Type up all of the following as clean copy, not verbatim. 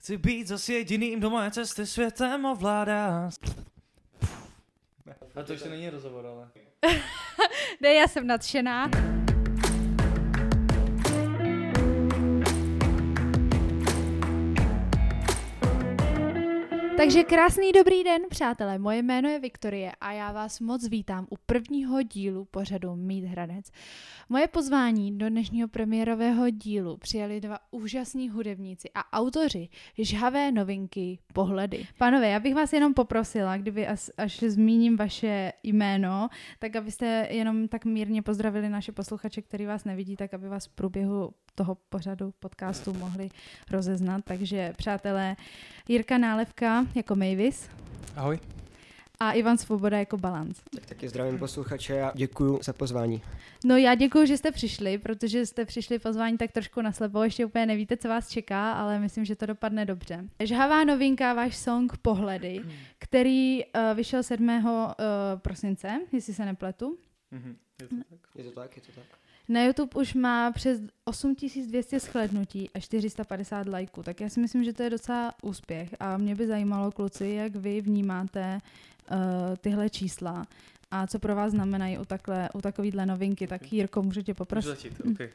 Chci být zase jediným, kdo moje cesty světem ovládá. A to ještě není rozhovor, ale... Ne, já jsem nadšená. Takže krásný dobrý den, přátelé. Moje jméno je Viktorie a já vás moc vítám u prvního dílu pořadu Mít Hradec. Moje pozvání do dnešního premiérového dílu přijali dva úžasní hudebníci a autoři žhavé novinky Pohledy. Pánové, já bych vás jenom poprosila, kdyby až zmíním vaše jméno, tak abyste jenom tak mírně pozdravili naše posluchače, který vás nevidí, tak aby vás v průběhu toho pořadu podcastu mohli rozeznat. Takže přátelé, Jirka Nálevka jako Mavis. Ahoj. A Ivan Svoboda jako Balance. Tak taky zdravím posluchače a děkuju za pozvání. No já děkuju, že jste přišli, protože jste přišli pozvání tak trošku naslepo, ještě úplně nevíte, co vás čeká, ale myslím, že to dopadne dobře. Žhavá novinka, váš song Pohledy, který vyšel 7. prosince, jestli se nepletu. Je to tak. Na YouTube už má přes 8200 shlédnutí a 450 lajků, tak já si myslím, že to je docela úspěch a mě by zajímalo, kluci, jak vy vnímáte tyhle čísla a co pro vás znamenají u takovýhle novinky, tak Jirko, můžete poprosit. Můžu začít, okay.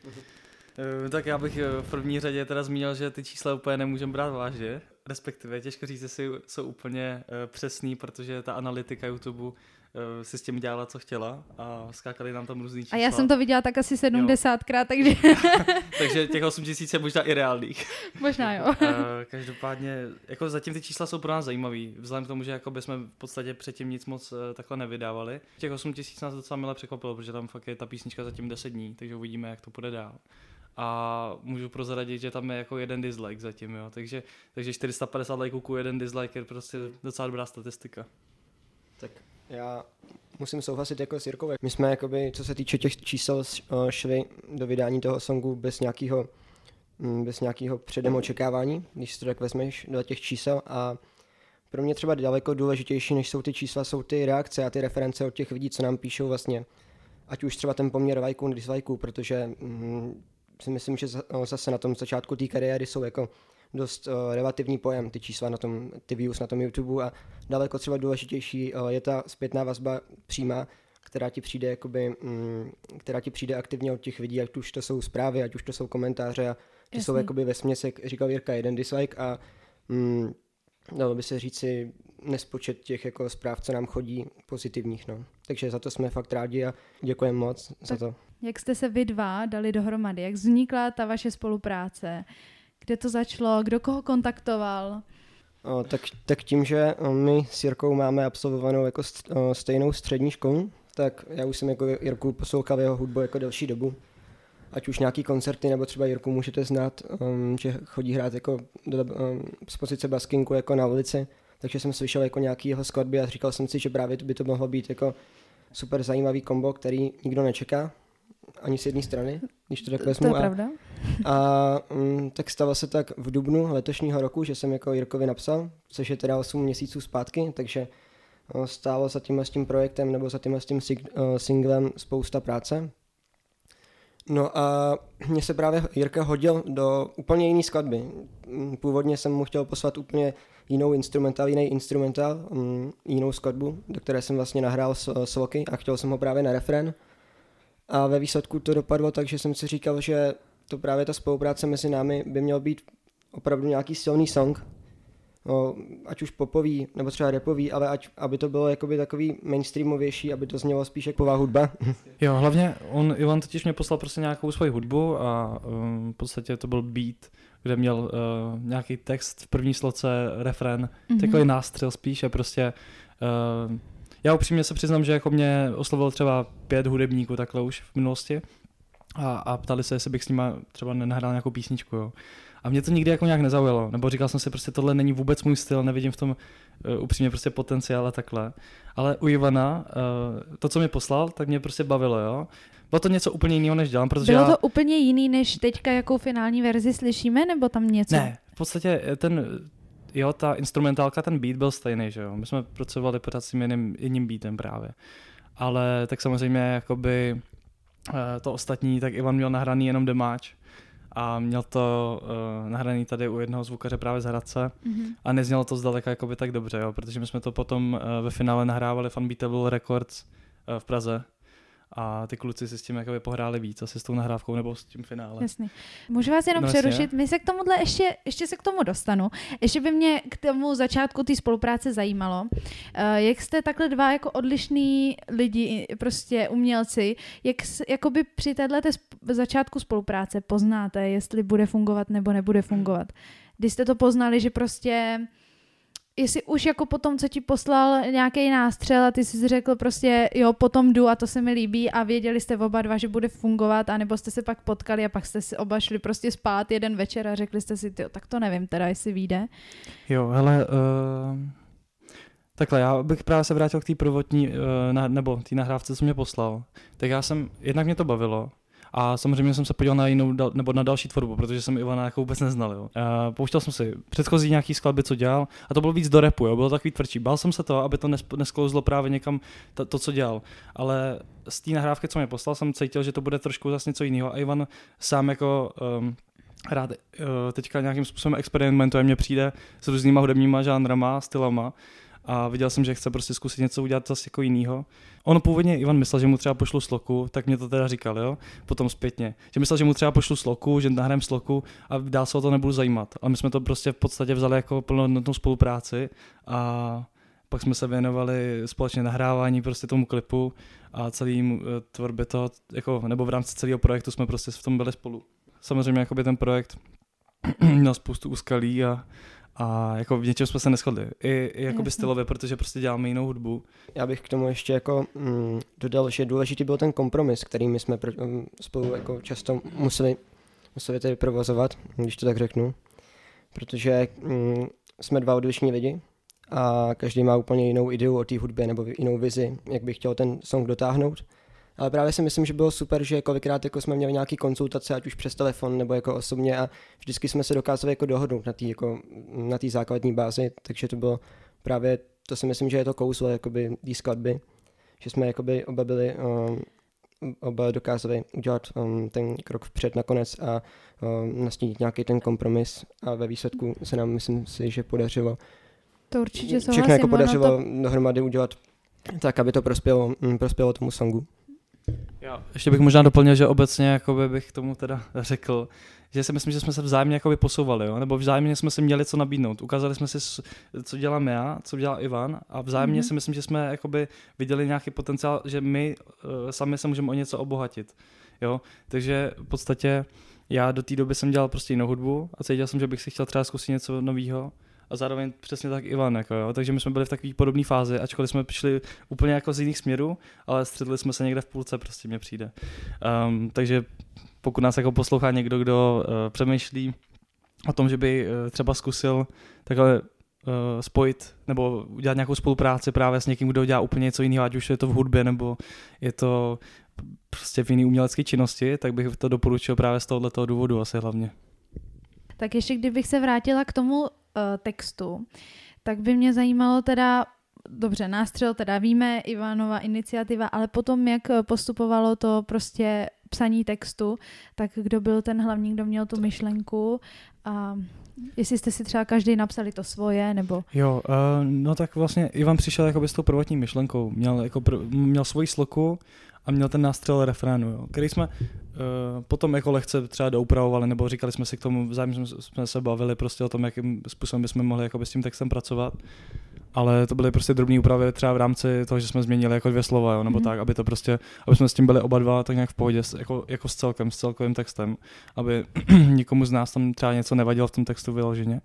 Tak já bych v první řadě teda zmínil, že ty čísla úplně nemůžeme brát vážně, respektive těžko říct, jestli jsou úplně přesný, protože ta analytika YouTube si s tím dělala, co chtěla a skákali nám tam různý čísla. A já jsem to viděla tak asi 70krát, takže... takže těch 8000 je možná i reálných. Možná jo. Každopádně, jako zatím ty čísla jsou pro nás zajímavý, vzhledem k tomu, že jako jsme v podstatě předtím nic moc takhle nevydávali. Těch 8000 nás docela milé překvapilo, protože tam fakt je ta písnička zatím 10 dní, takže uvidíme, jak to půjde dál. A můžu prozradit, že tam je jako jeden dislike zatím, jo. Takže 450 lajků ku jeden dislike je prostě docela dobrá statistika. Tak já musím souhlasit jako s Jirkou. My jsme, jakoby, co se týče těch čísel, šli do vydání toho songu bez nějakého předem očekávání, když si to tak vezmeš do těch čísel. A pro mě třeba daleko důležitější, než jsou ty čísla, jsou ty reakce a ty reference od těch lidí, co nám píšou vlastně. Ať už třeba ten poměr lajků, dislajků, protože si myslím, že zase na tom začátku té kariéry jsou jako dost relativní pojem, ty čísla na tom, ty views na tom YouTube a daleko třeba důležitější je ta zpětná vazba přímá, která ti přijde aktivně od těch lidí, ať už to jsou zprávy, ať už to jsou komentáře a ty jsou jakoby vesměs, jak říkal Jirka, jeden dislike a dalo by se říci nespočet těch jako zpráv, co nám chodí pozitivních, no. Takže za to jsme fakt rádi a děkujeme moc za to. Jak jste se vy dva dali dohromady? Jak vznikla ta vaše spolupráce? Kde to začalo? Kdo koho kontaktoval? Tak tím, že my s Jirkou máme absolvovanou jako stejnou střední školu, tak já už jsem jako Jirku poslouchal jeho hudbu jako delší dobu. Ať už nějaký koncerty, nebo třeba Jirku můžete znát, že chodí hrát jako z pozice baskinku jako na ulici, takže jsem slyšel jako nějaký jeho skladby a říkal jsem si, že právě by to mohlo být jako super zajímavý kombo, který nikdo nečeká, ani z jedné strany, když to tak vezmu. To je pravda. A tak stalo se tak v dubnu letošního roku, že jsem jako Jirkovi napsal, což je teda 8 měsíců zpátky, takže stálo za tímhle s tím projektem nebo za tímhle s tím singlem spousta práce. No a mně se právě Jirka hodil do úplně jiný skladby. Původně jsem mu chtěl poslat úplně jiný instrumentál, jinou skladbu, do které jsem vlastně nahrál sloky a chtěl jsem ho právě na refrén. A ve výsledku to dopadlo tak, že jsem si říkal, že to právě ta spolupráce mezi námi by měl být opravdu nějaký silný song, ať už popový nebo třeba rapový, ale aby to bylo jakoby takový mainstreamovější, aby to znělo spíš jako popová hudba. Jo, hlavně Ivan totiž mě poslal prostě nějakou svoji hudbu a v podstatě to byl beat, kde měl nějaký text v první sloce, refrén, takový nástřel spíš a prostě já upřímně se přiznám, že jako mě oslovil třeba 5 hudebníků takhle už v minulosti a ptali se, jestli bych s nima třeba nenahrál nějakou písničku, jo. A mě to nikdy jako nějak nezaujalo, nebo říkal jsem si prostě tohle není vůbec můj styl, nevidím v tom upřímně prostě potenciál a takhle. Ale u Ivana, to, co mi poslal, tak mě prostě bavilo, jo. Bylo to něco úplně jiného, než dělám, protože Bylo to úplně jiný, než teďka jakou finální verzi slyšíme, nebo tam něco? Ne, v podstatě ta instrumentálka, ten beat byl stejný, že jo. My jsme pracovali pořád s tím jedním beatem právě. Ale tak samozřejmě jakoby to ostatní, tak Ivan měl nahraný jenom demáč. a měl to nahraný tady u jednoho zvukaře právě z Hradce a neznělo to zdaleka jakoby tak dobře, jo, protože my jsme to potom ve finále nahrávali v Unbeatable Records v Praze a ty kluci si s tím jakoby pohráli víc, asi s tou nahrávkou nebo s tím finále. Jasně. Můžu vás jenom přerušit? My se k tomuhle ještě se k tomu dostanu. Ještě by mě k tomu začátku té spolupráce zajímalo, jak jste takhle dva jako odlišný lidi, prostě umělci, jak jakoby při této začátku spolupráce poznáte, jestli bude fungovat nebo nebude fungovat. Když jste to poznali, že prostě jestli už jako potom, co ti poslal nějaký nástřel a ty jsi řekl prostě jo, potom jdu a to se mi líbí a věděli jste oba dva, že bude fungovat, anebo jste se pak potkali a pak jste si oba šli prostě spát jeden večer a řekli jste si, tak to nevím teda, jestli vyjde. Jo, hele, takhle, já bych právě se vrátil k té prvotní, nebo té nahrávce, co mě poslal. Tak jednak mě to bavilo, a samozřejmě jsem se podíval na jinou, nebo na další tvorbu, protože jsem Ivana jako vůbec neznal. Jo. Pouštěl jsem si předchozí nějaký skladby, co dělal, a to bylo víc do rapu, jo, bylo takový tvrdší. Bál jsem se toho, aby to nesklouzlo právě někam to, co dělal. Ale z té nahrávky, co mě poslal, jsem cítil, že to bude trošku zase něco jiného. A Ivan sám jako rád teďka nějakým způsobem experimentuje, mně přijde s různýma hudebníma žánrama, stylama. A viděl jsem, že chce prostě zkusit něco udělat zase jako jinýho. On původně, Ivan myslel, že mu třeba pošlu sloku, tak mě to teda říkal, jo, potom zpětně. Že myslel, že mu třeba pošlu sloku, že nahrajem sloku a dál se o to nebudu zajímat. Ale my jsme to prostě v podstatě vzali jako plnohodnotnou spolupráci a pak jsme se věnovali společně nahrávání prostě tomu klipu a celým tvorbě toho, jako, nebo v rámci celého projektu jsme prostě v tom byli spolu. Samozřejmě jakoby ten projekt měl spoustu úskalí a jako v něčem jsme se neshodli. I jakoby stylově, protože prostě děláme jinou hudbu. Já bych k tomu ještě jako dodal, že důležitý byl ten kompromis, který my jsme spolu jako často museli tedy provozovat, když to tak řeknu. Protože jsme dva odlišní lidi a každý má úplně jinou ideu o té hudbě nebo jinou vizi, jak by chtěl ten song dotáhnout. Ale právě si myslím, že bylo super, že kolikrát jako jsme měli nějaký konzultace, ať už přes telefon nebo jako osobně a vždycky jsme se dokázali jako dohodnout na té základní bázi, takže to bylo právě, to si myslím, že je to kouzlo jakoby té skladby, že jsme jakoby oba dokázali udělat ten krok vpřed nakonec a nastínit nějaký ten kompromis a ve výsledku se nám, myslím si, že podařilo to určitě všechno jako podařilo dohromady udělat tak, aby to prospělo tomu songu. Já ještě bych možná doplnil, že obecně jakoby bych tomu teda řekl, že si myslím, že jsme se vzájemně jakoby posouvali, jo? Nebo vzájemně jsme si měli co nabídnout. Ukázali jsme si, co dělám já, co dělá Ivan a vzájemně si myslím, že jsme jakoby viděli nějaký potenciál, že my sami se můžeme o něco obohatit. Jo? Takže v podstatě já do té doby jsem dělal prostě jinou hudbu a cítil jsem, že bych si chtěl třeba zkusit něco nového. A zároveň přesně tak Ivan, jako jo. Takže my jsme byli v takové podobné fázi, ačkoliv jsme šli úplně jako z jiných směrů, ale střetli jsme se někde v půlce, prostě mně přijde. Takže pokud nás jako poslouchá někdo, kdo přemýšlí o tom, že by třeba zkusil takhle spojit nebo udělat nějakou spolupráci právě s někým, kdo dělá úplně něco jiného, ať už je to v hudbě nebo je to prostě v jiné umělecké činnosti, tak bych to doporučil právě z tohoto důvodu asi hlavně. Tak ještě kdybych se vrátila k tomu textu, tak by mě zajímalo teda, dobře, nástřel teda víme, Ivanova iniciativa, ale potom jak postupovalo to prostě psaní textu, tak kdo byl ten hlavní, kdo měl tu myšlenku a jestli jste si třeba každý napsali to svoje, nebo... Jo, no tak vlastně Ivan přišel jakoby s tou prvotní myšlenkou, měl svoji sloku a měl ten nástřel refrénu, jo, který jsme potom jako lehce třeba doupravovali, nebo říkali jsme si k tomu, vzájemně jsme se bavili prostě o tom, jakým způsobem bychom mohli jakoby s tím textem pracovat, ale to byly prostě drobné úpravy třeba v rámci toho, že jsme změnili jako 2 slova, jo, nebo tak, aby to prostě, aby jsme s tím byli oba dva tak nějak v pohodě, jako s celkovým textem, aby nikomu z nás tam třeba něco nevadilo v tom textu vyloženě.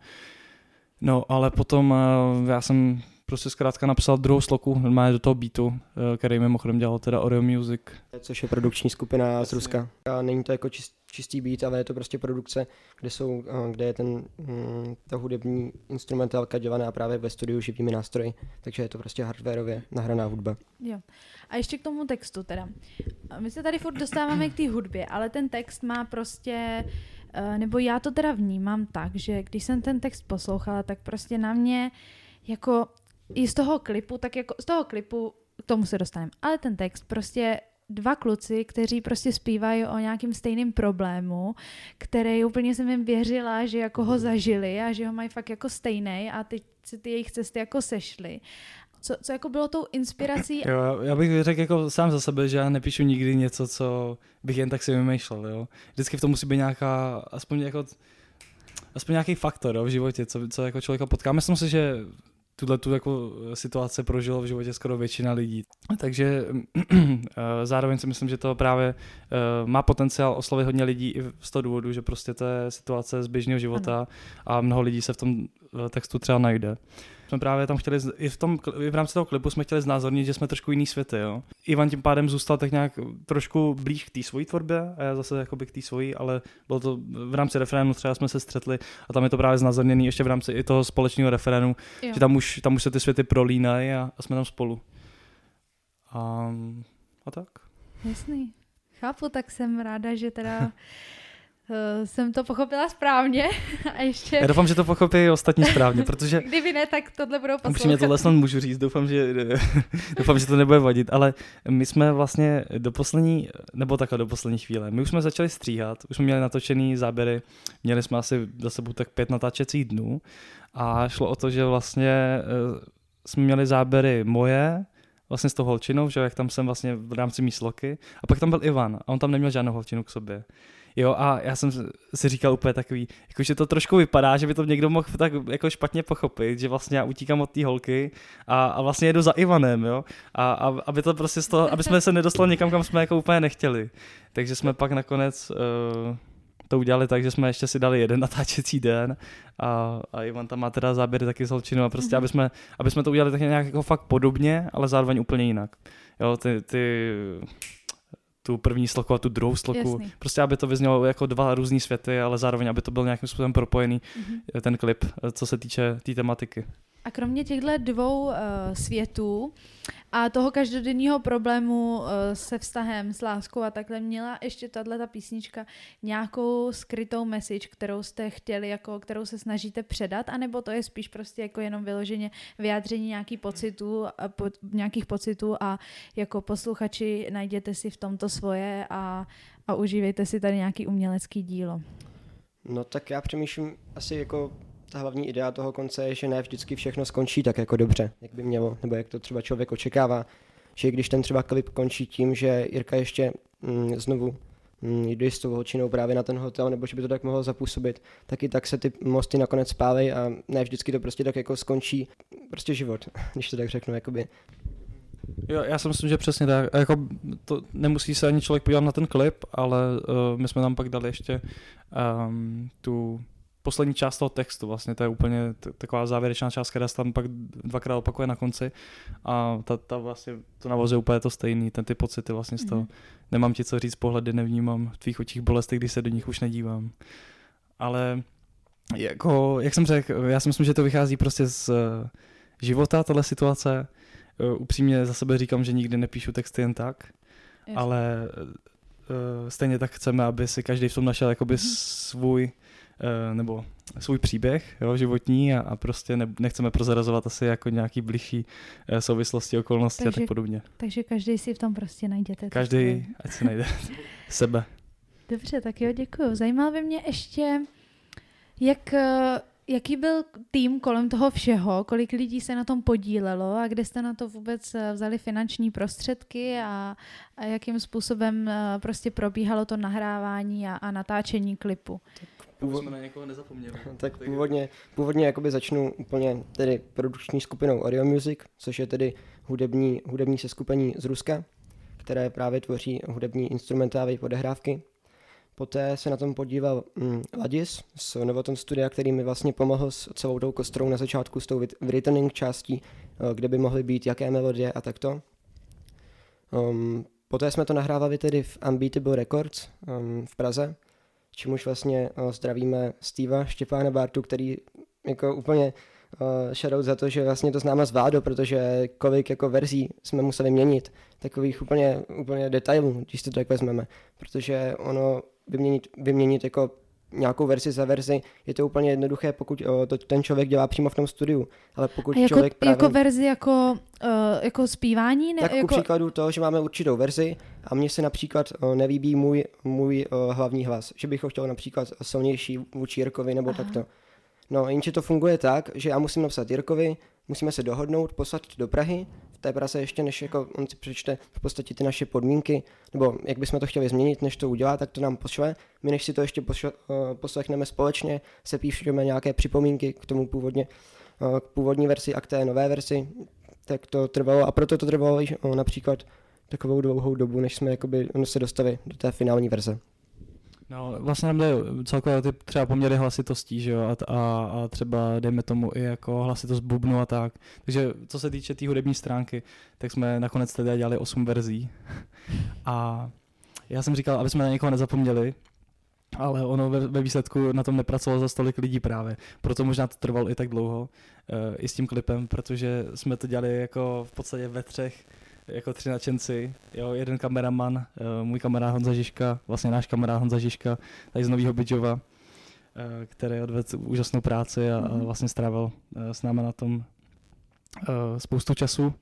No, ale potom já jsem prostě zkrátka napsal druhou sloku normálně do toho beatu, který mimochodem dělal teda Oreo Music. Což je produkční skupina z Ruska. A není to jako čistý beat, ale je to prostě produkce, kde je ta hudební instrumentálka dělaná právě ve studiu živými nástroji. Takže je to prostě hardwareově nahraná hudba. Jo. A ještě k tomu textu teda. My se tady furt dostáváme k té hudbě, ale ten text má prostě, nebo já to teda vnímám tak, že když jsem ten text poslouchala, tak prostě na mě jako i z toho klipu, tak jako z toho klipu k tomu se dostaneme. Ale ten text prostě dva kluci, kteří prostě zpívají o nějakým stejným problému, který úplně jsem jim věřila, že jako ho zažili a že ho mají fakt jako stejnej a teď se ty jejich cesty jako sešly. Co jako bylo tou inspirací? Jo, já bych řekl jako sám za sebe, že já nepíšu nikdy něco, co bych jen tak si vymýšlel, jo. Vždycky v tom musí být nějaká, aspoň nějaký faktor, jo, v životě, co jako člověka potká. Myslím si, že tu jako situaci prožilo v životě skoro většina lidí. Takže zároveň si myslím, že to právě má potenciál oslovit hodně lidí i z toho důvodu, že prostě to je situace z běžného života a mnoho lidí se v tom textu třeba najde. Jsme právě tam chtěli, i v rámci toho klipu jsme chtěli znázornit, že jsme trošku jiný světy, jo. Ivan tím pádem zůstal tak nějak trošku blíž k té svojí tvorbě a já zase jakoby k té svojí, ale bylo to v rámci refrénu, třeba jsme se střetli a tam je to právě znázorněný ještě v rámci i toho společného refrénu, že tam už se ty světy prolínají a jsme tam spolu. A tak. Jasný. Chápu, tak jsem ráda, že teda jsem to pochopila správně a ještě... Já doufám, že to pochopí ostatní správně, protože... Kdyby ne, tak tohle budou poslouchat. Upřímně tohle snad můžu říct, doufám, že to nebude vadit, ale my jsme vlastně do poslední chvíle, my už jsme začali stříhat, už jsme měli natočený záběry, měli jsme asi za sebou tak 5 natáčecích dnů a šlo o to, že vlastně jsme měli záběry moje, vlastně s tou holčinou, že jak tam jsem vlastně v rámci mísloky a pak tam byl Ivan a on tam neměl žádnou holčinu k sobě. Jo, a já jsem si říkal úplně takový, jakože to trošku vypadá, že by to někdo mohl tak jako špatně pochopit, že vlastně já utíkám od té holky a vlastně jedu za Ivanem, jo, a aby to prostě z toho, aby jsme se nedostali někam, kam jsme jako úplně nechtěli. Takže jsme pak nakonec to udělali tak, že jsme ještě si dali jeden natáčecí den a Ivan tam má teda záběry taky s holčinou a prostě, aby jsme to udělali tak nějak jako fakt podobně, ale zároveň úplně jinak. Jo, tu první sloku a tu druhou sloku. Jasný. Prostě, aby to vyznělo jako 2 různý světy, ale zároveň, aby to byl nějakým způsobem propojený ten klip, co se týče té tematiky. A kromě těchto 2 světů a toho každodenního problému se vztahem, s láskou a takhle, měla ještě ta písnička nějakou skrytou message, kterou jste chtěli, jako, kterou se snažíte předat, anebo to je spíš prostě jako jenom vyloženě vyjádření nějakých pocitů a jako posluchači najděte si v tomto svoje a užívejte si tady nějaký umělecký dílo. No tak já přemýšlím asi jako ta hlavní idea toho konce je, že ne vždycky všechno skončí tak jako dobře, jak by mělo, nebo jak to třeba člověk očekává. Že když ten třeba klip končí tím, že Jirka ještě znovu jde s tou holčinou právě na ten hotel, nebo že by to tak mohlo zapůsobit, tak i tak se ty mosty nakonec spálej a ne vždycky to prostě tak jako skončí prostě život, když to tak řeknu, jakoby. Jo, já si myslím, že přesně tak. Jako to nemusí se ani člověk podívat na ten klip, ale my jsme tam pak dali ještě tu poslední část toho textu, vlastně to je úplně taková závěrečná část, která se tam pak 2krát opakuje na konci a ta vlastně to navozuje úplně to stejný, ty pocity vlastně z toho. Nemám ti co říct, pohledy nevnímám, v tvých očích bolesti, když se do nich už nedívám. Ale jako, jak jsem řekl, já si myslím, že to vychází prostě z života, tahle situace. Upřímně za sebe říkám, že nikdy nepíšu texty jen tak, ale stejně tak chceme, aby si každý v tom našel jakoby svůj příběh, jo, životní a prostě nechceme prozrazovat asi jako nějaký bližší souvislosti, okolnosti a tak podobně. Takže každý si v tom prostě najděte. Každý, ať si najde sebe. Dobře, tak jo, děkuju. Zajímalo by mě ještě, jaký byl tým kolem toho všeho, kolik lidí se na tom podílelo a kde jste na to vůbec vzali finanční prostředky a jakým způsobem prostě probíhalo to nahrávání a natáčení klipu. Jsme na někoho nezapomněli. Tak původně jakoby začnu úplně tedy produkční skupinou Oreo Music, což je tedy hudební seskupení z Ruska, které právě tvoří hudební instrumentální odehrávky. Poté se na tom podíval Ladis z Novoton Studia, který mi vlastně pomohl s celou tou kostrou na začátku s tou writening částí, kde by mohly být jaké melodie a takto. Poté jsme to nahrávali tedy v Unbeatable Records v Praze, čemuž vlastně zdravíme Steva Štěpána Bartu, který jako úplně shoutout za to, že vlastně to s náma zvládl, protože kolik jako verzí jsme museli měnit, takových úplně detailů, když to tak vezmeme, protože ono vyměnit jako nějakou verzi za verzi. Je to úplně jednoduché, pokud to ten člověk dělá přímo v tom studiu. Ale pokud jako, člověk právě... Jako verzi jako zpívání? Tak ku příkladu toho, že máme určitou verzi a mně se například nelíbí můj hlavní hlas. Že bych ho chtěl například silnější vůči Jirkovi nebo takto. No, jenže to funguje tak, že já musím napsat Jirkovi, musíme se dohodnout, poslat do Prahy, v té Praze ještě než jako on si přečte v podstatě ty naše podmínky, nebo jak bychom to chtěli změnit, než to udělá, tak to nám pošle. My než si to ještě poslechneme společně, se píšeme nějaké připomínky k tomu k původní verzi a k té nové verzi, tak to trvalo a proto to trvalo například takovou dlouhou dobu, než jsme jakoby se dostali do té finální verze. No, vlastně nám jde celkově ty třeba poměry hlasitostí, že jo, a třeba dejme tomu i jako hlasitost bubnu a tak. Takže co se týče té hudební stránky, tak jsme nakonec teda dělali 8 verzí. A já jsem říkal, aby jsme na někoho nezapomněli, ale ono ve výsledku na tom nepracovalo za tolik lidí právě. Proto možná to trvalo i tak dlouho, i s tím klipem, protože jsme to dělali jako v podstatě ve 3, jako 3 nadšenci, jo, jeden kameraman, můj kamarád Honza Žižka, vlastně náš kamarád Honza Žižka, tady z Novýho Bydžova, který odvedl úžasnou práci a vlastně strávil s námi na tom spoustu času.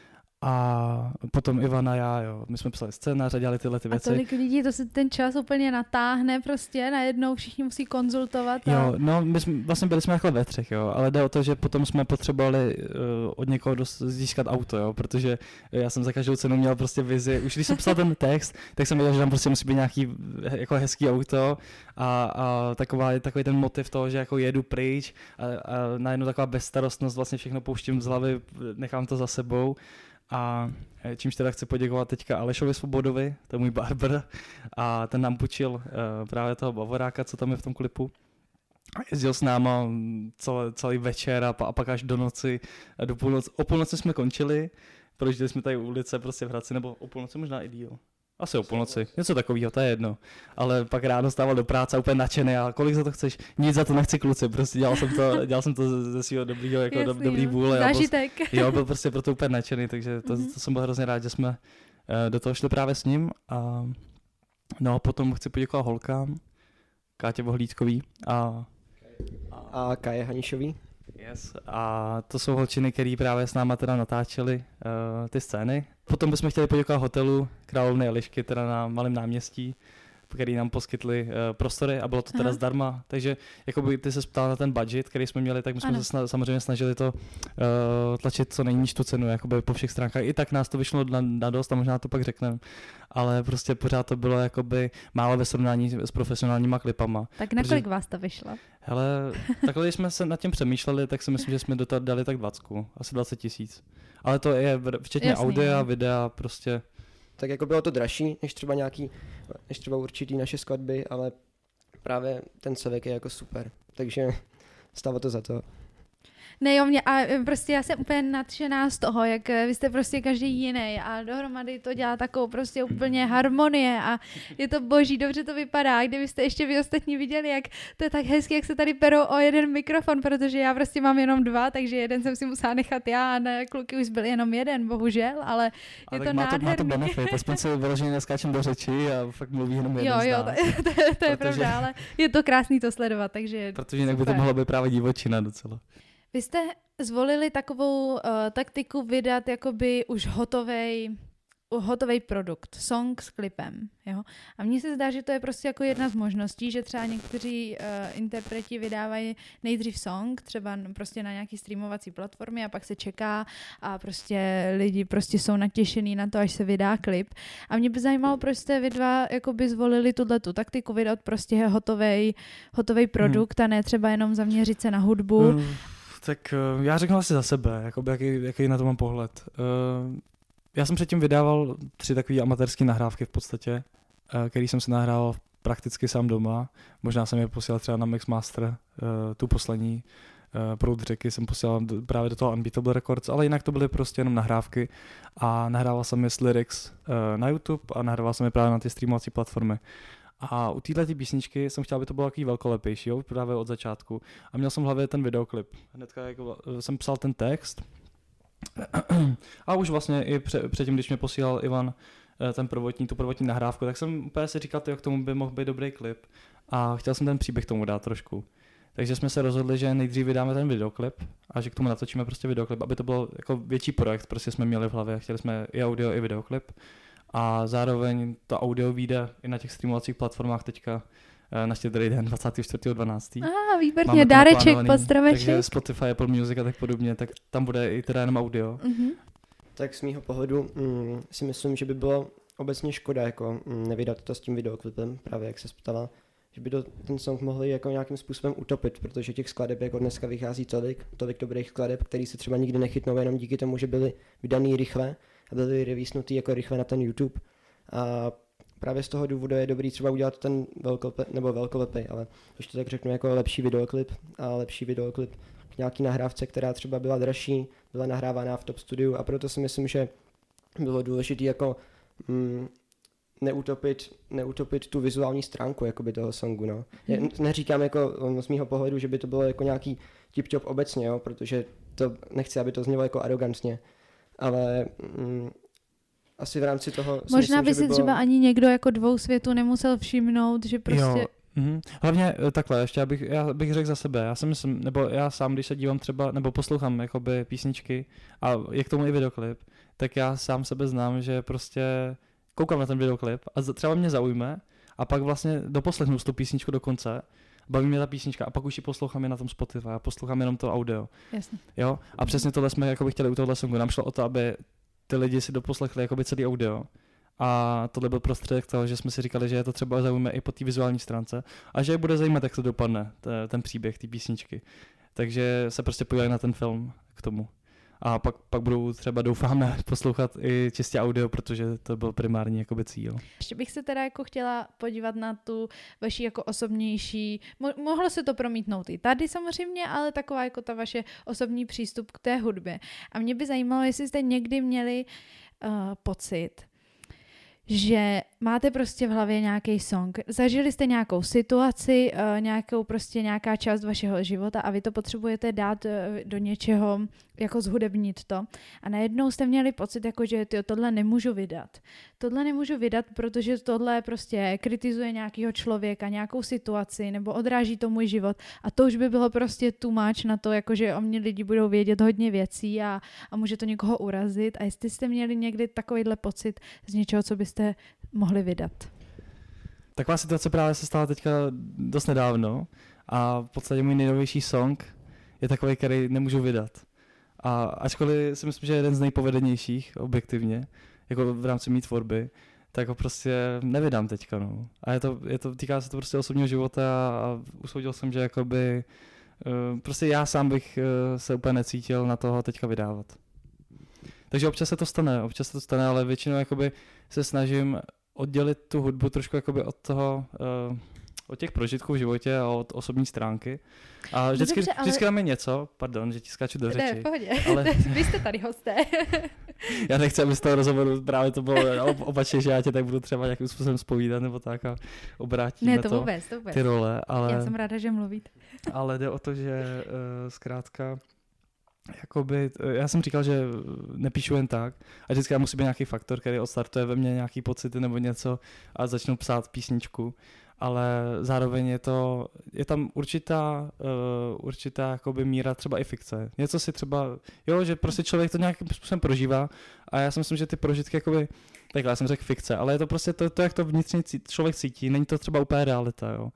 A potom Ivan a já, jo, my jsme psali scénář a dělali tyhle ty věci. A tolik lidí, to se ten čas úplně natáhne prostě, najednou všichni musí konzultovat. Jo, no, vlastně byli jsme takhle ve 3, jo, ale jde o to, že potom jsme potřebovali od někoho získat auto, jo, protože já jsem za každou cenu měl prostě vizi. Už když jsem psal ten text, tak jsem věděl, že tam prostě musí být nějaký jako hezký auto a takový ten motiv toho, že jako jedu pryč a najednou taková bezstarostnost, vlastně všechno pouštím z hlavy, nechám to za sebou. A čímž teda chci poděkovat teďka Alešovi Svobodovi, to je můj barber, a ten nám půjčil právě toho bavoráka, co tam je v tom klipu. A jezdil s náma celý večer a pak až do noci, do půlnoci. O půlnoci jsme končili, projížděli jsme tady ulice prostě v Hradci, nebo o půlnoci možná i díl. Asi o půlnoci, něco takového, to je jedno. Ale pak ráno stával do práce úplně nadšený a kolik za to chceš? Nic za to nechci, kluci, prostě dělal jsem to ze svého dobrýho, jako dobrý vůle. Zážitek. Jo, byl prostě proto úplně nadšený, takže to jsem byl hrozně rád, že jsme do toho šli právě s ním. No a potom chci poděkovat holkám, Kátě Vohlídkový a Kaje Hanišový. Yes. A to jsou holčiny, který právě s náma teda natáčely ty scény. Potom bychom chtěli poděkovat hotelu Královny Elišky, teda na Malém náměstí, který nám poskytli prostory a bylo to teda zdarma. Takže jakoby ty se ptala na ten budget, který jsme měli, tak my jsme se samozřejmě snažili to tlačit co nejníž tu cenu, jakoby po všech stránkách. I tak nás to vyšlo na dost a možná to pak řekneme. Ale prostě pořád to bylo jakoby málo ve srovnání s profesionálníma klipama. Tak na kolik vás to vyšlo? Hele, takhle když jsme se nad tím přemýšleli, tak si myslím, že jsme do toho dali tak 20, asi 20 000. Ale to je včetně audia, videa, prostě. Tak jako bylo to dražší, než třeba určitý naše skladby, ale právě ten celek je jako super, takže stálo to za to. Ne, jo, prostě já jsem úplně nadšená z toho, jak vy jste prostě každý jiný a dohromady to dělá takovou prostě úplně harmonie a je to boží, dobře to vypadá. Kdybyste ještě vy ostatní viděli, jak to je tak hezky, jak se tady perou o jeden mikrofon, protože já prostě mám jenom 2, takže jeden jsem si musela nechat já a ne, kluky už byl jenom jeden, bohužel, ale je to nádherný. Má to benefit, aspoň se vyloženě neskáčem do řeči a fakt mluví jenom jeden z nás. Jo, to je pravda, ale je to krásný to sledovat, takže protože jinak by to mohlo být právě divočina docela. Vy jste zvolili takovou taktiku vydat jakoby už hotovej produkt, song s klipem, jo. A mně se zdá, že to je prostě jako jedna z možností, že třeba někteří interpreti vydávají nejdřív song, třeba prostě na nějaký streamovací platformě a pak se čeká a prostě lidi prostě jsou natěšený na to, až se vydá klip. A mě by zajímalo, proč jste vy dva jakoby zvolili tu taktiku vydat prostě hotovej produkt a ne třeba jenom zaměřit se na hudbu. Tak já řeknu asi za sebe, jakoby, jaký na to mám pohled. Já jsem předtím vydával 3 takové amatérské nahrávky v podstatě, který jsem si nahrával prakticky sám doma. Možná jsem je posílal třeba na Mixmaster, tu poslední Proud řeky jsem posílal právě do toho Unbeatable Records, ale jinak to byly prostě jenom nahrávky a nahrával jsem je s lyrics na YouTube a nahrával jsem je právě na ty streamovací platformy. A u této písničky jsem chtěl, aby to bylo takový velkolepější, jo, právě od začátku. A měl jsem v hlavě ten videoklip. Hnedka jako jsem psal ten text a už vlastně i předtím, když mě posílal Ivan tu prvotní nahrávku, tak jsem úplně si říkal, že k tomu by mohl být dobrý klip a chtěl jsem ten příběh tomu dát trošku. Takže jsme se rozhodli, že nejdřív vydáme ten videoklip a že k tomu natočíme prostě videoklip, aby to byl jako větší projekt, prostě jsme měli v hlavě, chtěli jsme i audio, i videoklip a zároveň to audio vyjde i na těch streamovacích platformách teďka na Štědrý den 24.12. Výborně, dáreček, pozdraveček. Takže Spotify, Apple Music a tak podobně, tak tam bude i teda jenom audio. Mm-hmm. Tak z mýho pohledu si myslím, že by bylo obecně škoda jako nevydat to s tím videoklipem, právě jak se ptala, že by ten song mohli jako nějakým způsobem utopit, protože těch skladeb jako dneska vychází tolik dobrých skladeb, který se třeba nikdy nechytnou jenom díky tomu, že byly vydaný rychle a byly releasenutý jako rychle na ten YouTube. A právě z toho důvodu je dobrý třeba udělat ten velkolepej, ale když to tak řeknu, jako lepší videoklip k nějaký nahrávce, která třeba byla dražší, byla nahrávaná v top studiu a proto si myslím, že bylo důležité jako neutopit tu vizuální stránku jakoby toho songu, no. Neříkám jako z mýho pohledu, že by to bylo jako nějaký tip-top obecně, jo, protože to nechci, aby to znělo jako arrogantně, ale asi v rámci toho možná by si třeba ani někdo jako dvou světů nemusel všimnout, že prostě... Jo. Hlavně takhle, ještě já bych řekl za sebe, já si myslím, nebo já sám, když se dívám třeba, nebo poslouchám jakoby písničky a je k tomu i videoklip, tak já sám sebe znám, že prostě koukám na ten videoklip a třeba mě zaujme a pak vlastně doposlechnu tu písničku do konce, baví mě ta písnička a pak už ji poslouchám na tom Spotify a poslouchám jenom to audio. Jasně. Jo? A přesně tohle jsme jakoby chtěli u tohle songu, nám šlo o to, aby ty lidi si doposlechli jakoby celý audio. A tohle byl prostředek toho, že jsme si říkali, že je to třeba zaujme i po té vizuální stránce a že je bude zajímat, jak to dopadne, ten příběh, ty písničky. Takže se prostě podívali na ten film k tomu. A pak budou třeba, doufáme, poslouchat i čistě audio, protože to byl primární jakoby cíl. Ještě bych se teda jako chtěla podívat na tu vaši jako osobnější, mohlo se to promítnout i tady samozřejmě, ale taková jako ta vaše osobní přístup k té hudbě. A mě by zajímalo, jestli jste někdy měli pocit, že máte prostě v hlavě nějaký song, zažili jste nějakou situaci, nějaká část vašeho života a vy to potřebujete dát do něčeho, jako zhudebnit to. A najednou jste měli pocit, jako, že tohle nemůžu vydat. Tohle nemůžu vydat, protože tohle prostě kritizuje nějakého člověka, nějakou situaci, nebo odráží to můj život. A to už by bylo prostě too much na to, jako, že o mě lidi budou vědět hodně věcí a může to někoho urazit. A jestli jste měli někdy takovýhle pocit z něčeho, co byste mohli vydat. Taková situace právě se stala teďka dost nedávno a v podstatě můj nejnovější song je takový, který nemůžu vydat. A ačkoliv si myslím, že je jeden z nejpovedenějších objektivně, jako v rámci mý tvorby, tak ho prostě nevydám teďka, no. A týká se to prostě osobního života a usoudil jsem, že jakoby prostě já sám bych se úplně necítil na toho teďka vydávat. Takže občas se to stane, ale většinou jakoby se snažím oddělit tu hudbu trošku jakoby od toho, od těch prožitků v životě a od osobní stránky. A vždycky dáme něco, pardon, že ti skáču do řeči. Ne, v pohodě, ale... vy jste tady hosté. Já nechci, aby z toho rozhovoru právě to bylo opačně, že já tě tak budu třeba nějakým způsobem zpovídat nebo tak a obrátíme to vůbec. Ty role. Ale... Já jsem ráda, že mluvíte. Ale jde o to, že zkrátka jakoby, já jsem říkal, že nepíšu jen tak a vždycky musí být nějaký faktor, který odstartuje ve mně nějaký pocity nebo něco a začnu psát písničku, ale zároveň je tam určitá jakoby míra třeba i fikce. Něco si třeba, že prostě člověk to nějakým způsobem prožívá a já si myslím, že ty prožitky jakoby, takhle já jsem řekl fikce, ale je to prostě to jak to vnitřně člověk cítí, není to třeba úplně realita, jo.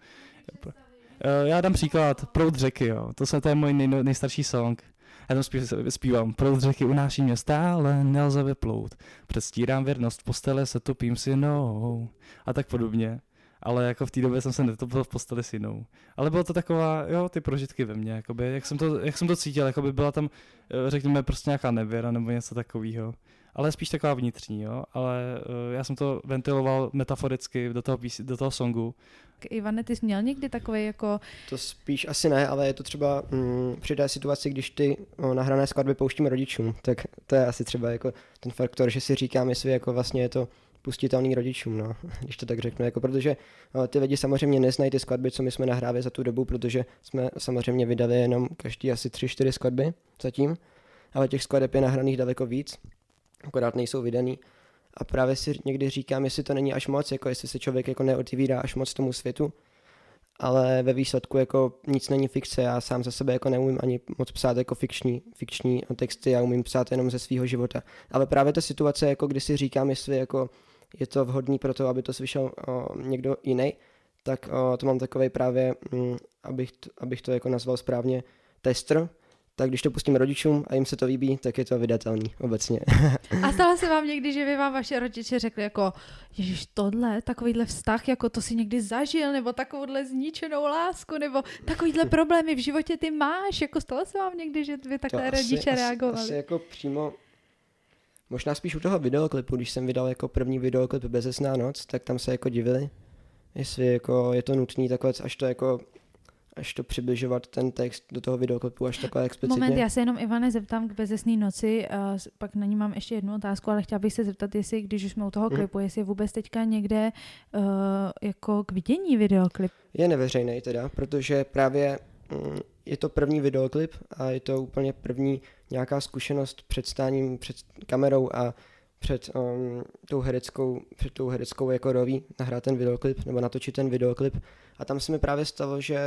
Já dám příklad, Proud řeky, jo, to je můj nejstarší song. Já tam zpívám, proud řeky unáší mě stále, nelze vyplout. Předstírám věrnost, v postele se topím s jinou. A tak podobně. Ale jako v té době jsem se netopil v posteli s jinou. Ale bylo to taková, ty prožitky ve mně, jakoby, jak jsem to cítil, jakoby byla tam, řekněme, prostě nějaká nevěra nebo něco takového. Ale spíš taková vnitřní, jo. Ale já jsem to ventiloval metaforicky do toho songu. Ivane, ty jsi měl někdy takový jako... To spíš asi ne, ale je to třeba při té situaci, když ty nahrané skladby pouštíme rodičům, tak to je asi třeba jako ten faktor, že si říkám, jestli jako vlastně je to pustitelný rodičům, no, když to tak řeknu, jako protože ty lidi samozřejmě neznají ty skladby, co my jsme nahrávali za tu dobu, protože jsme samozřejmě vydali jenom každý asi 3-4 skladby zatím, ale těch skladeb je nahraných daleko víc, akorát nejsou vydaný. A právě si někdy říkám, jestli to není až moc, jako jestli se člověk jako neotevírá až moc tomu světu, ale ve výsledku jako nic není fikce, já sám za sebe jako neumím ani moc psát jako fikční texty, já umím psát jenom ze svého života. Ale právě ta situace, jako kdy si říkám, jestli jako je to vhodný pro to, aby to slyšel někdo jiný, tak to mám takovej právě, abych to jako nazval správně, tester. Tak když to pustím rodičům a jim se to líbí, tak je to vydatelný obecně. A stalo se vám někdy, že by vám vaše rodiče řekli jako, ježiš, takovýhle vztah, jako to si někdy zažil, nebo takovouhle zničenou lásku, nebo takovýhle problémy v životě ty máš, jako stalo se vám někdy, že by takhle rodiče reagovali? Asi jako přímo, možná spíš u toho videoklipu, když jsem vydal jako první videoklip Bezesná noc, tak tam se jako divili, jestli jako je to nutný takhle, až to přibližovat ten text do toho videoklipu až takhle explicitně. Moment, já se jenom Ivane zeptám k Bezesné noci, pak na ní mám ještě jednu otázku, ale chtěla bych se zeptat, jestli, když už jsme u toho klipu, jestli je vůbec teďka někde jako k vidění videoklip. Je neveřejný teda, protože právě je to první videoklip a je to úplně první nějaká zkušenost před stáním před kamerou a před tou hereckou jako rolí nahrát ten videoklip nebo natočit ten videoklip. A tam se mi právě stalo, že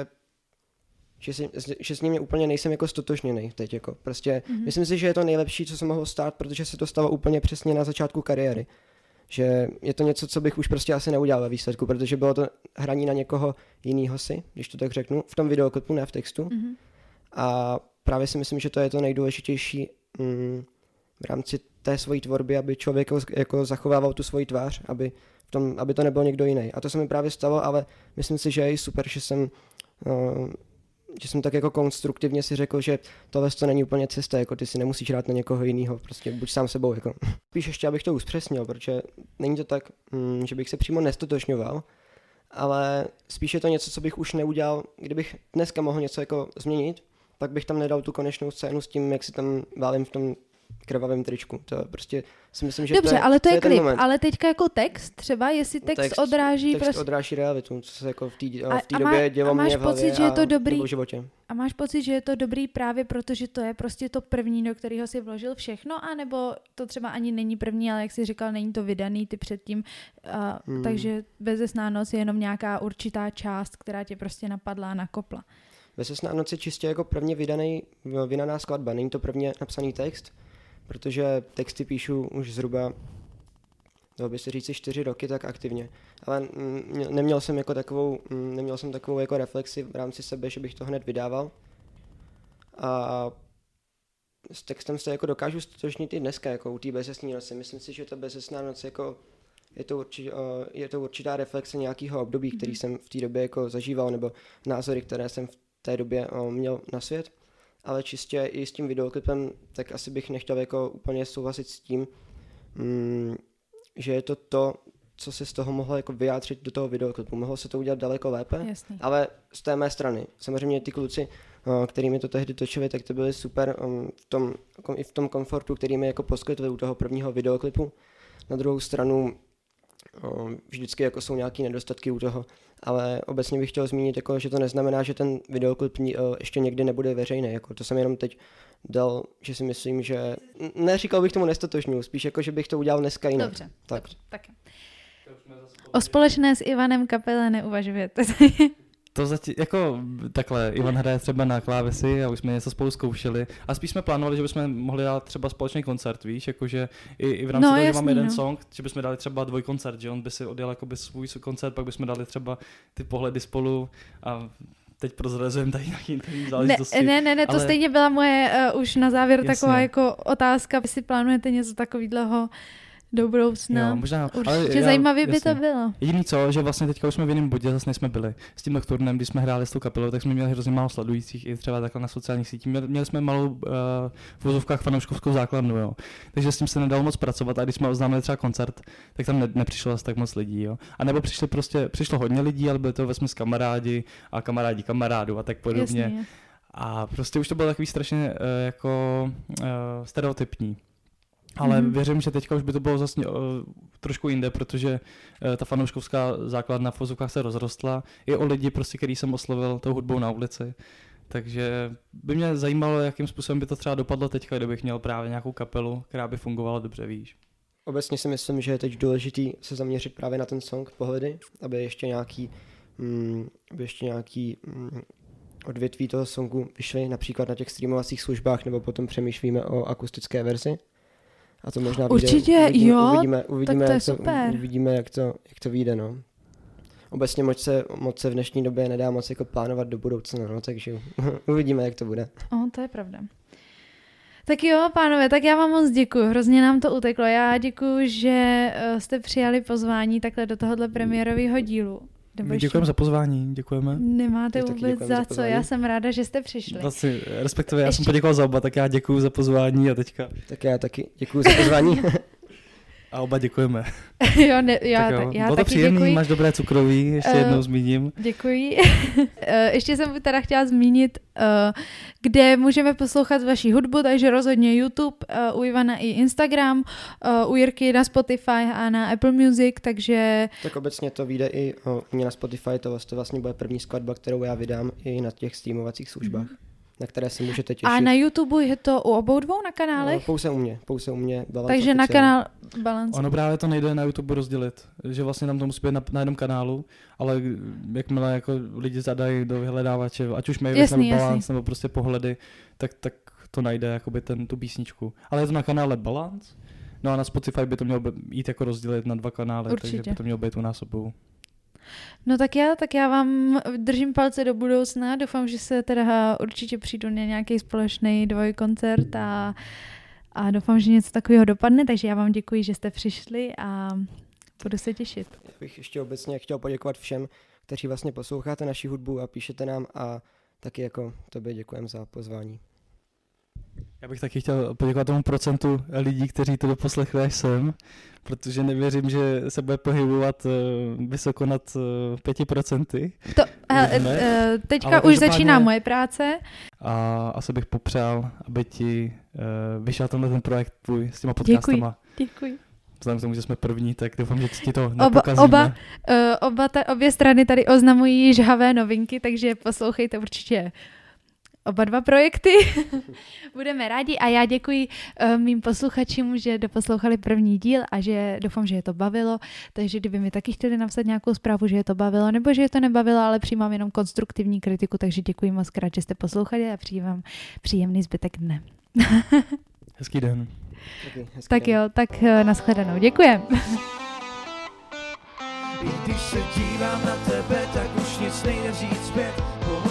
s ním úplně nejsem jako stotožněnej teď jako. Prostě myslím si, že je to nejlepší, co se mohlo stát, protože se to stalo úplně přesně na začátku kariéry. Že je to něco, co bych už prostě asi neudělal ve výsledku, protože bylo to hraní na někoho jinýho si, když to tak řeknu, v tom videoklipu, ne v textu. A právě si myslím, že to je to nejdůležitější v rámci té svojí tvorby, aby člověk jako zachovával tu svoji tvář, aby to nebyl někdo jiný. A to se mi právě stalo, ale myslím si, že je super, že jsem tak jako konstruktivně si řekl, že tohle to není úplně cesta, jako ty si nemusíš hrát na někoho jiného, prostě buď sám sebou. Jako. Spíš ještě, abych to uspřesnil, protože není to tak, že bych se přímo nestotožňoval, ale spíš je to něco, co bych už neudělal, kdybych dneska mohl něco jako změnit, pak bych tam nedal tu konečnou scénu s tím, jak si tam válím v tom krvavém tričku. To prostě si myslím, že dobře, ale to je klip, moment. Ale teďka jako text třeba, jestli text odráží... Text odráží realitu, co se jako v té době dělo mě v hlavě nebo v životě. A máš pocit, že je to dobrý právě protože to je prostě to první, do kterého si vložil všechno, anebo to třeba ani není první, ale jak jsi říkal, není to vydaný ty předtím, takže Bezesná noc je jenom nějaká určitá část, která tě prostě napadla a nakopla. Bezesná noc je čistě jako prvně vydaná skladba, není to prvně napsaný text, protože texty píšu už zhruba, dalo by se říct 4 roky tak aktivně, ale neměl jsem takovou jako reflexi v rámci sebe, že bych to hned vydával a s textem se jako dokážu stotožnit i dneska, jako u té Bezesné noci. Myslím si, že ta Bezesná noc jako je to určitá reflexe nějakého období, který jsem v té době jako zažíval, nebo názory, které jsem v té době měl na svět. Ale čistě i s tím videoklipem, tak asi bych nechtěl jako úplně souhlasit s tím, že je to, co se z toho mohlo jako vyjádřit do toho videoklipu. Mohlo se to udělat daleko lépe, jasný. Ale z té mé strany. Samozřejmě ty kluci, kterými to tehdy točili, tak to byli super i v tom komfortu, který mi jako poskytli u toho prvního videoklipu. Na druhou stranu vždycky jako jsou nějaké nedostatky u toho, ale obecně bych chtěl zmínit, jako, že to neznamená, že ten videoklip ještě někdy nebude veřejný. Jako, to jsem jenom teď dal, že si myslím, že neříkal bych tomu nestotožňuji, spíš jako, že bych to udělal dneska jinak. Dobře, tak. Dobře, tak. O společné s Ivanem kapele neuvažujete. To zatím, jako takhle, Ivan hraje třeba na klávesi a už jsme něco spolu zkoušeli a spíš jsme plánovali, že bychom mohli dát třeba společný koncert, víš, jakože i v rámci toho, že máme jeden song, že bychom dali třeba dvojkoncert, že on by si odjel jakoby svůj koncert, pak bychom dali třeba ty pohledy spolu a teď prozrazujeme tady nějaký interní záležitosti. Ne, to stejně byla moje už na závěr taková jako otázka, jestli plánujete něco takového do budoucna. Jo, možná, určitě zajímavě by to bylo. Jediný co, že vlastně teďka už jsme v jiném bodě, zase nejsme byli. S tím Nocturnem, když jsme hráli s tou kapelou, tak jsme měli hrozně málo sledujících i třeba takhle na sociálních sítích. Měli jsme malou v vozovkách fanouškovskou základnu, jo. Takže s tím se nedalo moc pracovat a když jsme oznámili třeba koncert, tak tam nepřišlo asi tak moc lidí, jo. A nebo přišlo hodně lidí, ale byli to vesměs kamarádi a kamarádi kamarádů a tak podobně. Jasně. A prostě už to bylo takový strašně jako stereotypní. Ale věřím, že teďka už by to bylo zase trošku jinde, protože ta fanouškovská základna v vozovkách se rozrostla. I o lidi, prostě, který jsem oslovil tou hudbou na ulici. Takže by mě zajímalo, jakým způsobem by to třeba dopadlo teďka, kdybych měl právě nějakou kapelu, která by fungovala dobře, víš. obecně si myslím, že je teď důležitý se zaměřit právě na ten song Pohledy, aby ještě nějaký odvětví toho songu vyšly například na těch streamovacích službách, nebo potom přemýšlíme o akustické verzi. A to možná určitě, uvidíme, jak to vyjde, no. Obecně moc se v dnešní době nedá moc jako plánovat do budoucna, no, takže uvidíme, jak to bude. To je pravda. Tak jo, pánové, tak já vám moc děkuju, hrozně nám to uteklo. Já děkuju, že jste přijali pozvání takhle do tohohle premiérového dílu. My děkujeme za pozvání, děkujeme. Nemáte vůbec za co, já jsem ráda, že jste přišli. Vlastně, respektive já jsem poděkoval za oba, tak já děkuju za pozvání a teďka. Tak já taky děkuju za pozvání. A oba děkujeme. Já bylo to taky příjemný, děkuji. Máš dobré cukroví, ještě jednou zmíním. Děkuji. Ještě jsem teda chtěla zmínit, kde můžeme poslouchat vaši hudbu, takže rozhodně YouTube, u Ivana i Instagram, u Jirky na Spotify a na Apple Music, takže... Tak obecně to vyjde i u mě na Spotify, to vlastně bude první skladba, kterou já vydám i na těch streamovacích službách. Na které se můžete těšit. A na YouTube je to u obou dvou na kanálech? Pouze u mě. Balance takže na kanál Balance. Ono právě to nejde na YouTube rozdělit, že vlastně tam to musí být na jednom kanálu, ale jakmile jako lidi zadají do vyhledávače, ať už Mavis nebo Balance nebo prostě Pohledy, tak to najde jakoby tu písničku. Ale je to na kanále Balance, no a na Spotify by to mělo jít jako rozdělit na 2 kanály, určitě. Takže by to mělo být u nás obou. No tak já vám držím palce do budoucna, doufám, že se teda určitě přijdu na nějaký společný dvojkoncert a doufám, že něco takového dopadne, takže já vám děkuji, že jste přišli a budu se těšit. Já bych ještě obecně chtěl poděkovat všem, kteří vlastně posloucháte naši hudbu a píšete nám a taky jako tobě děkujem za pozvání. Já bych taky chtěl poděkovat tomu procentu lidí, kteří to doposlechli až sem, protože nevěřím, že se bude pohybovat vysoko nad 5%. Teďka už začíná moje práce. A asi bych popřál, aby ti vyšel ten projekt tvůj s těma podcastama. Děkuji. Vzhledem k tomu, že jsme první, tak doufám, že ti to nepokazíme. Obě strany tady oznamují žhavé novinky, takže poslouchejte určitě oba dva projekty. Budeme rádi a já děkuji mým posluchačům, že doposlouchali první díl a že doufám, že je to bavilo. Takže kdyby mi taky chtěli napsat nějakou zprávu, že je to bavilo, nebo že je to nebavilo, ale přijímám jenom konstruktivní kritiku, takže děkuji moc krát, že jste poslouchali a přeji vám příjemný zbytek dne. Hezký den. Tak jo, tak nashledanou. Děkujem. Když se dívám na tebe, tak už nic nejde říct zpět.